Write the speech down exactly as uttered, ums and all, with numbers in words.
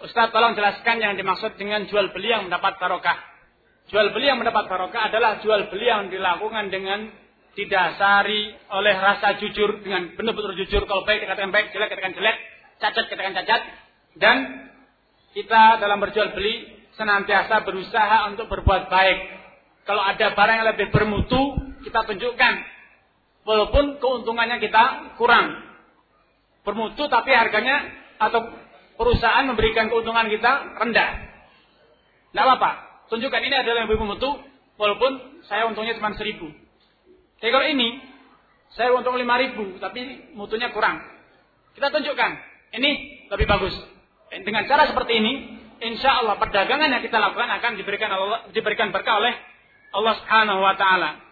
Ustaz tolong jelaskan yang dimaksud dengan jual beli yang mendapat barokah. Jual beli yang mendapat barokah adalah jual beli yang dilakukan dengan didasari oleh rasa jujur, dengan benar-benar jujur. Kalau baik dikatakan baik, jelek dikatakan jelek, cacat dikatakan cacat. Dan kita dalam berjual beli senantiasa berusaha untuk berbuat baik. Kalau ada barang yang lebih bermutu, kita tunjukkan. Walaupun keuntungannya kita kurang. Bermutu tapi harganya atau perusahaan memberikan keuntungan kita rendah. Tidak apa-apa. Tunjukkan ini adalah yang lebih bermutu, walaupun saya untungnya cuma seribu. Tapi kalau ini, saya untung lima ribu, tapi mutunya kurang. Kita tunjukkan, ini lebih bagus. Dengan cara seperti ini, insya Allah perdagangan yang kita lakukan akan diberikan Allah, diberikan berkah oleh Allah Subhanahu Wa Taala.